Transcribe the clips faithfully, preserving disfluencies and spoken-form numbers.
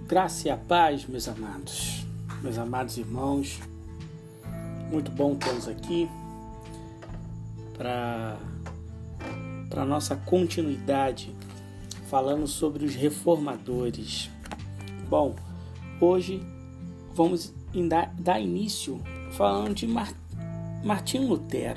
Graça e a paz, meus amados, meus amados irmãos. Muito bom tê-los aqui para para nossa continuidade, falando sobre os reformadores. Bom, hoje vamos dar, dar início falando de Mar, Martinho Lutero.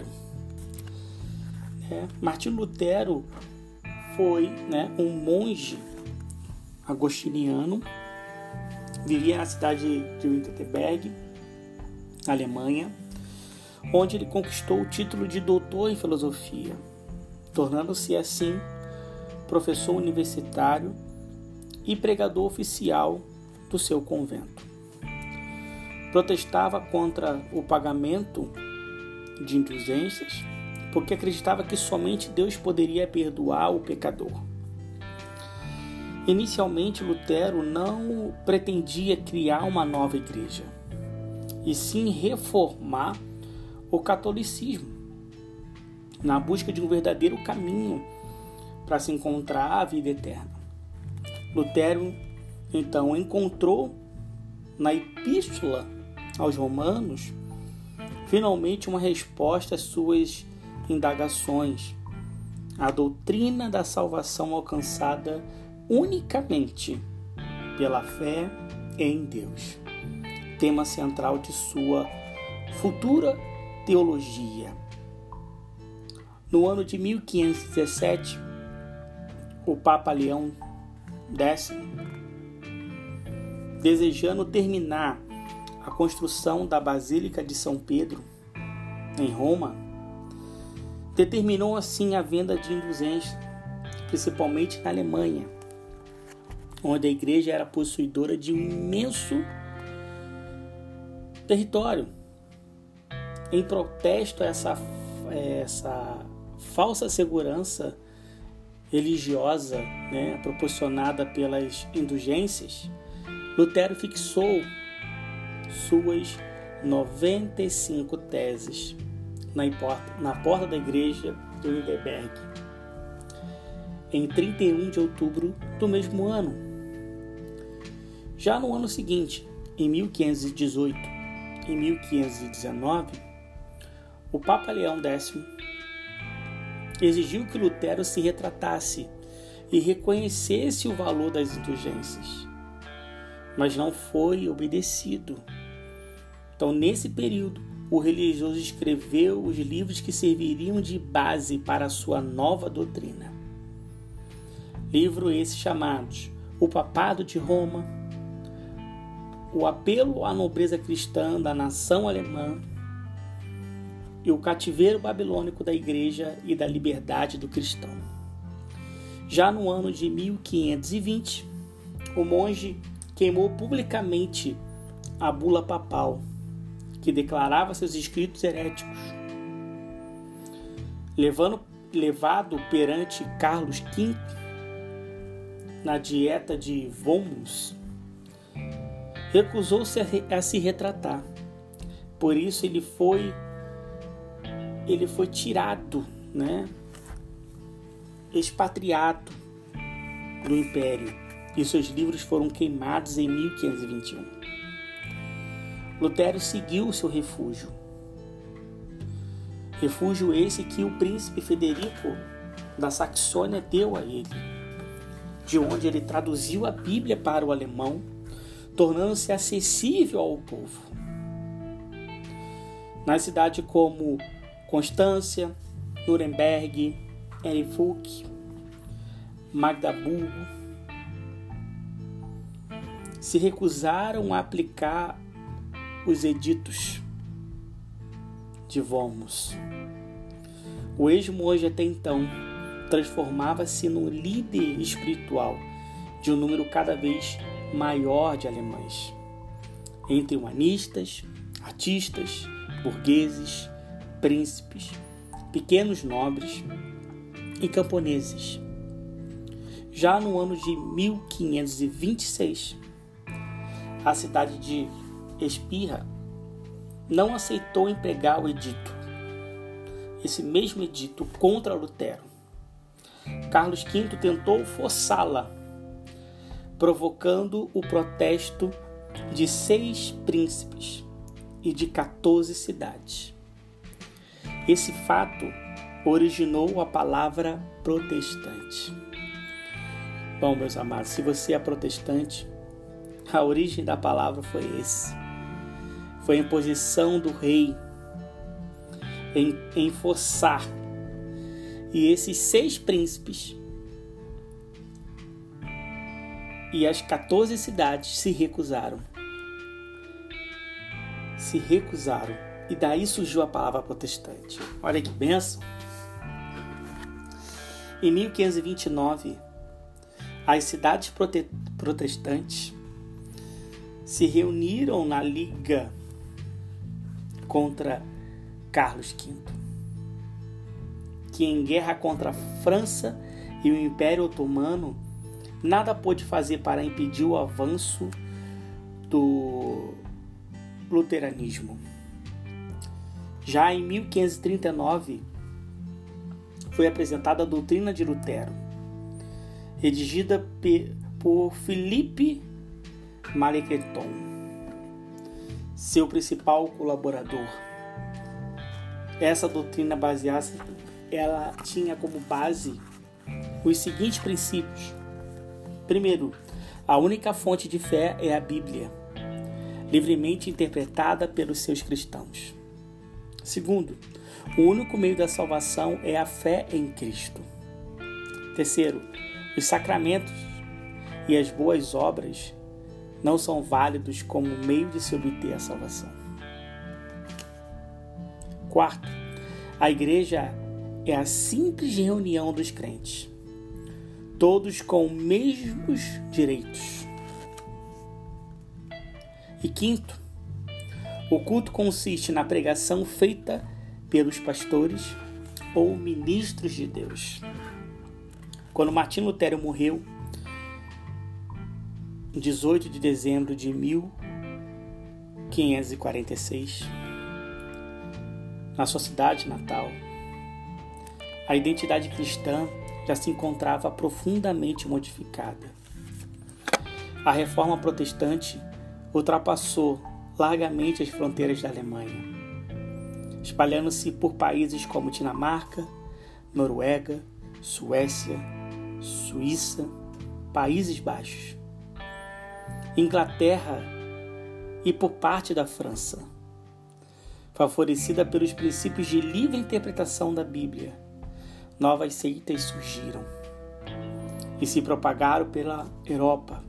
É, Martinho Lutero foi né, um monge agostiniano, vivia na cidade de Wittenberg, na Alemanha, onde ele conquistou o título de doutor em filosofia, tornando-se assim professor universitário e pregador oficial do seu convento. Protestava contra o pagamento de indulgências, porque acreditava que somente Deus poderia perdoar o pecador. Inicialmente, Lutero não pretendia criar uma nova igreja, e sim reformar o catolicismo, na busca de um verdadeiro caminho para se encontrar a vida eterna. Lutero, então, encontrou na Epístola aos Romanos, finalmente uma resposta às suas indagações, a doutrina da salvação alcançada unicamente pela fé em Deus, tema central de sua futura teologia. No ano de mil quinhentos e dezessete, o Papa Leão décimo, desejando terminar a construção da Basílica de São Pedro em Roma, determinou assim a venda de indulgências, principalmente na Alemanha, onde a igreja era possuidora de um imenso território. Em protesto a essa, essa falsa segurança religiosa, né, proporcionada pelas indulgências, Lutero fixou suas noventa e cinco teses na porta, na porta da igreja de Wittenberg, em trinta e um de outubro do mesmo ano. Já no ano seguinte, em mil quinhentos e dezoito e mil quinhentos e dezenove, o Papa Leão décimo exigiu que Lutero se retratasse e reconhecesse o valor das indulgências, mas não foi obedecido. Então, nesse período, o religioso escreveu os livros que serviriam de base para a sua nova doutrina. Livros esses chamados O Papado de Roma, O Apelo à Nobreza Cristã da Nação Alemã e O Cativeiro Babilônico da Igreja e da Liberdade do Cristão. Já no ano de mil quinhentos e vinte, o monge queimou publicamente a bula papal, que declarava seus escritos heréticos. Levando, levado perante Carlos quinto, na dieta de Worms, recusou-se a, a se retratar. Por isso ele foi, ele foi tirado, né, expatriado do Império, e seus livros foram queimados em mil quinhentos e vinte e um. Lutero seguiu o seu refúgio. Refúgio esse que o príncipe Federico da Saxônia deu a ele, de onde ele traduziu a Bíblia para o alemão, tornando-se acessível ao povo. Nas cidades como Constância, Nuremberg, Erfurt, Magdeburgo, se recusaram a aplicar os editos de Worms. O ex-monge até então transformava-se num líder espiritual de um número cada vez maior de alemães, entre humanistas, artistas, burgueses, príncipes, pequenos nobres e camponeses. Já no ano de mil quinhentos e vinte e seis, a cidade de Espirra não aceitou empregar o edito, esse mesmo edito contra Lutero. Carlos quinto tentou forçá-la, provocando o protesto de seis príncipes e de quatorze cidades. Esse fato originou a palavra protestante. Bom, meus amados, se você é protestante, a origem da palavra foi esse. Foi a imposição do rei em, em forçar. E esses seis príncipes e as quatorze cidades se recusaram. Se recusaram. E daí surgiu a palavra protestante. Olha que bênção. Em mil quinhentos e vinte e nove, as cidades prote- protestantes se reuniram na Liga contra Carlos quinto, que em guerra contra a França e o Império Otomano nada pôde fazer para impedir o avanço do luteranismo. Já em mil quinhentos e trinta e nove, foi apresentada a doutrina de Lutero, redigida por Filipe Melanchthon, seu principal colaborador. Essa doutrina baseada, ela tinha como base os seguintes princípios. Primeiro, a única fonte de fé é a Bíblia, livremente interpretada pelos seus cristãos. Segundo, o único meio da salvação é a fé em Cristo. Terceiro, os sacramentos e as boas obras não são válidos como meio de se obter a salvação. Quarto, a igreja é a simples reunião dos crentes, todos com os mesmos direitos. E quinto, o culto consiste na pregação feita pelos pastores ou ministros de Deus. Quando Martim Lutero morreu, em dezoito de dezembro de mil quinhentos e quarenta e seis, na sua cidade natal, a identidade cristã já se encontrava profundamente modificada. A reforma protestante ultrapassou largamente as fronteiras da Alemanha, espalhando-se por países como Dinamarca, Noruega, Suécia, Suíça, Países Baixos, Inglaterra e por parte da França. Favorecida pelos princípios de livre interpretação da Bíblia, novas seitas surgiram e se propagaram pela Europa.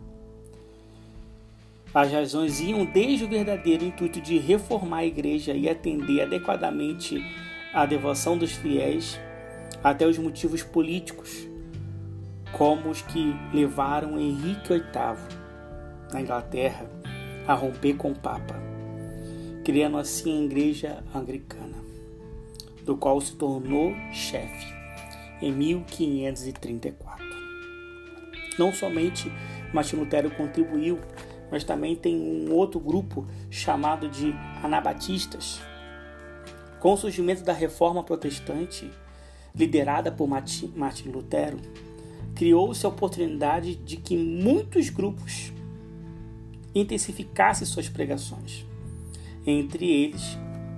As razões iam desde o verdadeiro intuito de reformar a igreja e atender adequadamente à devoção dos fiéis, até os motivos políticos, como os que levaram Henrique oitavo, na Inglaterra, a romper com o Papa, criando assim a Igreja Anglicana, do qual se tornou chefe em mil quinhentos e trinta e quatro. Não somente Martim Lutero contribuiu, mas também tem um outro grupo chamado de anabatistas. Com o surgimento da Reforma Protestante, liderada por Martim Lutero, criou-se a oportunidade de que muitos grupos intensificassem suas pregações. Entre eles,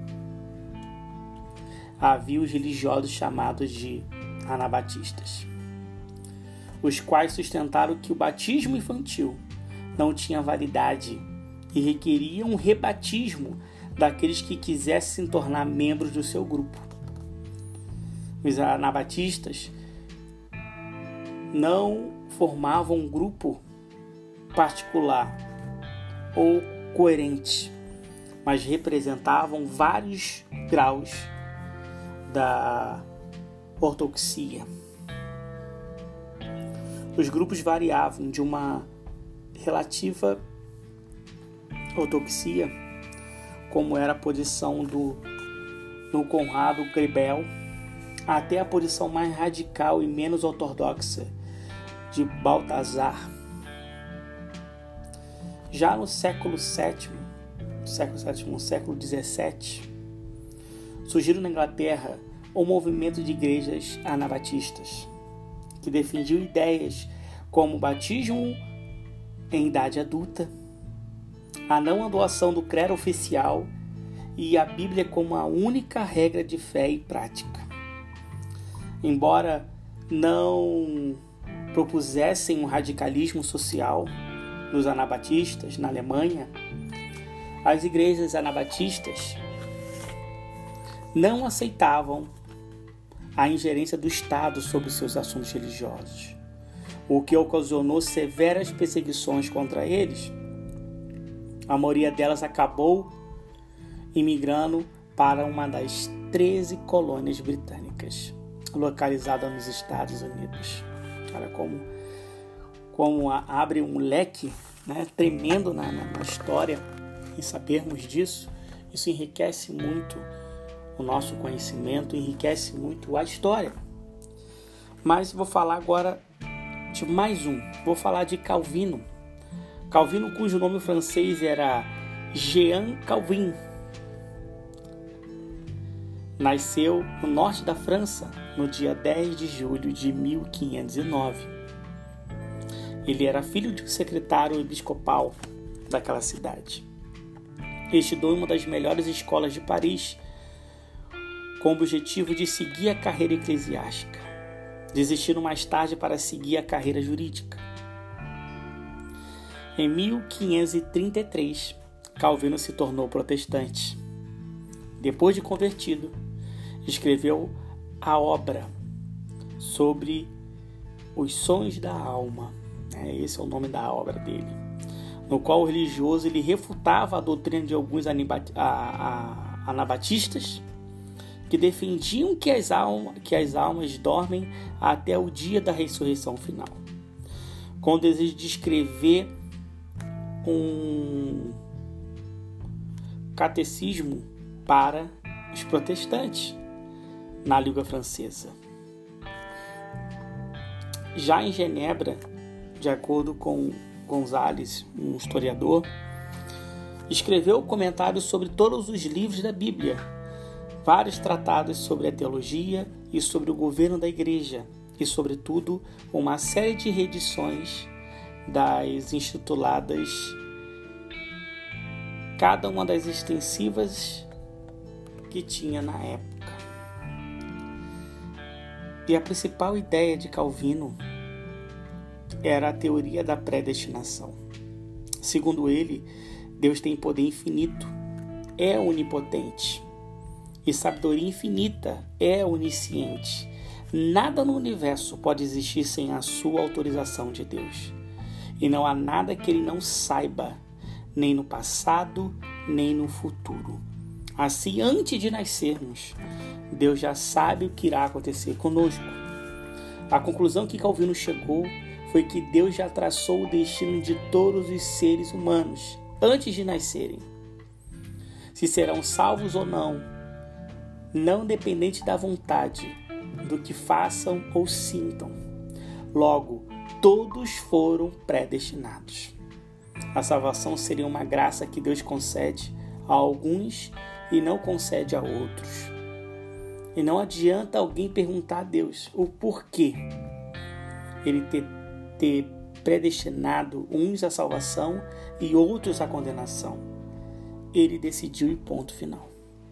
havia os religiosos chamados de anabatistas, os quais sustentaram que o batismo infantil não tinha validade e requeriam um rebatismo daqueles que quisessem se tornar membros do seu grupo. Os anabatistas não formavam um grupo particular ou coerente, mas representavam vários graus da ortodoxia. Os grupos variavam de uma relativa ortodoxia, como era a posição do, do Conrado Grebel, até a posição mais radical e menos ortodoxa de Baltazar. Já no século sétimo, século sétimo, no século dezessete, surgiram na Inglaterra um movimento de igrejas anabatistas, que defendiam ideias como batismo em idade adulta, a não adoção do credo oficial e a Bíblia como a única regra de fé e prática. Embora não propusessem um radicalismo social nos anabatistas na Alemanha, as igrejas anabatistas não aceitavam a ingerência do Estado sobre seus assuntos religiosos, o que ocasionou severas perseguições contra eles. A maioria delas acabou imigrando para uma das treze colônias britânicas, localizada nos Estados Unidos. Olha como, como abre um leque, né, tremendo na, na, na história, e sabermos disso, isso enriquece muito o nosso conhecimento, enriquece muito a história. Mas vou falar agora de mais um, vou falar de Calvino. Calvino, cujo nome francês era Jean Calvin, nasceu no norte da França no dia dez de julho de mil quinhentos e nove. Ele era filho de um secretário episcopal daquela cidade. Estudou em uma das melhores escolas de Paris, com o objetivo de seguir a carreira eclesiástica, desistindo mais tarde para seguir a carreira jurídica. Em mil quinhentos e trinta e três, Calvino se tornou protestante. Depois de convertido, escreveu a obra sobre os sonhos da alma. Esse é o nome da obra dele, no qual o religioso ele refutava a doutrina de alguns anabatistas que defendiam que as, almas, que as almas dormem até o dia da ressurreição final, com o desejo de escrever um catecismo para os protestantes na língua francesa. Já em Genebra, de acordo com Gonzalez, um historiador, escreveu comentários sobre todos os livros da Bíblia, vários tratados sobre a teologia e sobre o governo da igreja, e, sobretudo, uma série de reedições das intituladas, cada uma das extensivas que tinha na época. E a principal ideia de Calvino era a teoria da predestinação. Segundo ele, Deus tem poder infinito, é onipotente, e sabedoria infinita, é onisciente. Nada no universo pode existir sem a sua autorização de Deus. E não há nada que ele não saiba, nem no passado, nem no futuro. Assim, antes de nascermos, Deus já sabe o que irá acontecer conosco. A conclusão que Calvino chegou foi que Deus já traçou o destino de todos os seres humanos antes de nascerem. Se serão salvos ou não, não dependente da vontade, do que façam ou sintam. Logo, todos foram predestinados. A salvação seria uma graça que Deus concede a alguns e não concede a outros. E não adianta alguém perguntar a Deus o porquê Ele ter, ter predestinado uns à salvação e outros à condenação. Ele decidiu e ponto final.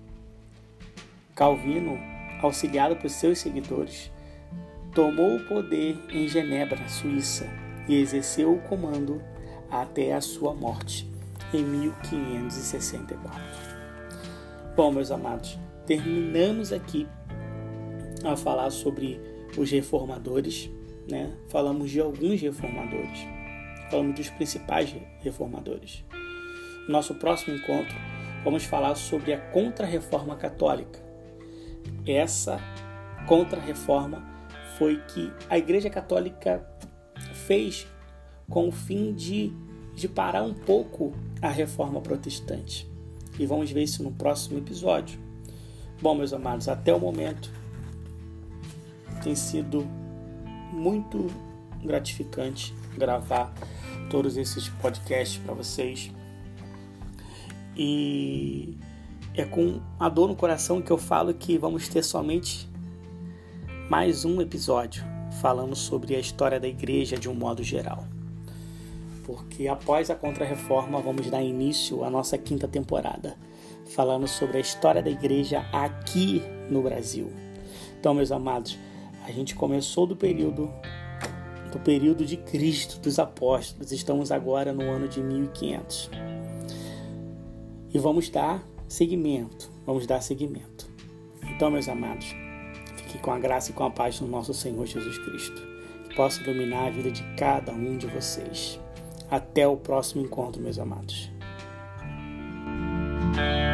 Calvino, auxiliado por seus seguidores, tomou o poder em Genebra, Suíça, e exerceu o comando até a sua morte, em mil quinhentos e sessenta e quatro. Bom, meus amados, terminamos aqui a falar sobre os reformadores, né? Falamos de alguns reformadores, falamos dos principais reformadores. No nosso próximo encontro, vamos falar sobre a Contra-Reforma Católica. Essa Contra-Reforma foi que a Igreja Católica fez com o fim de, de parar um pouco a Reforma Protestante. E vamos ver isso no próximo episódio. Bom, meus amados, até o momento tem sido muito gratificante gravar todos esses podcasts para vocês. E é com a dor no coração que eu falo que vamos ter somente mais um episódio falando sobre a história da igreja de um modo geral. porque após a Contra-Reforma vamos dar início à nossa quinta temporada, falando sobre a história da igreja aqui no Brasil. Então, meus amados, a gente começou do período do período de Cristo, dos apóstolos. Estamos agora no ano de mil e quinhentos. E vamos dar seguimento, vamos dar seguimento. Então, meus amados, fique com a graça e com a paz do nosso Senhor Jesus Cristo, que possa iluminar a vida de cada um de vocês. Até o próximo encontro, meus amados.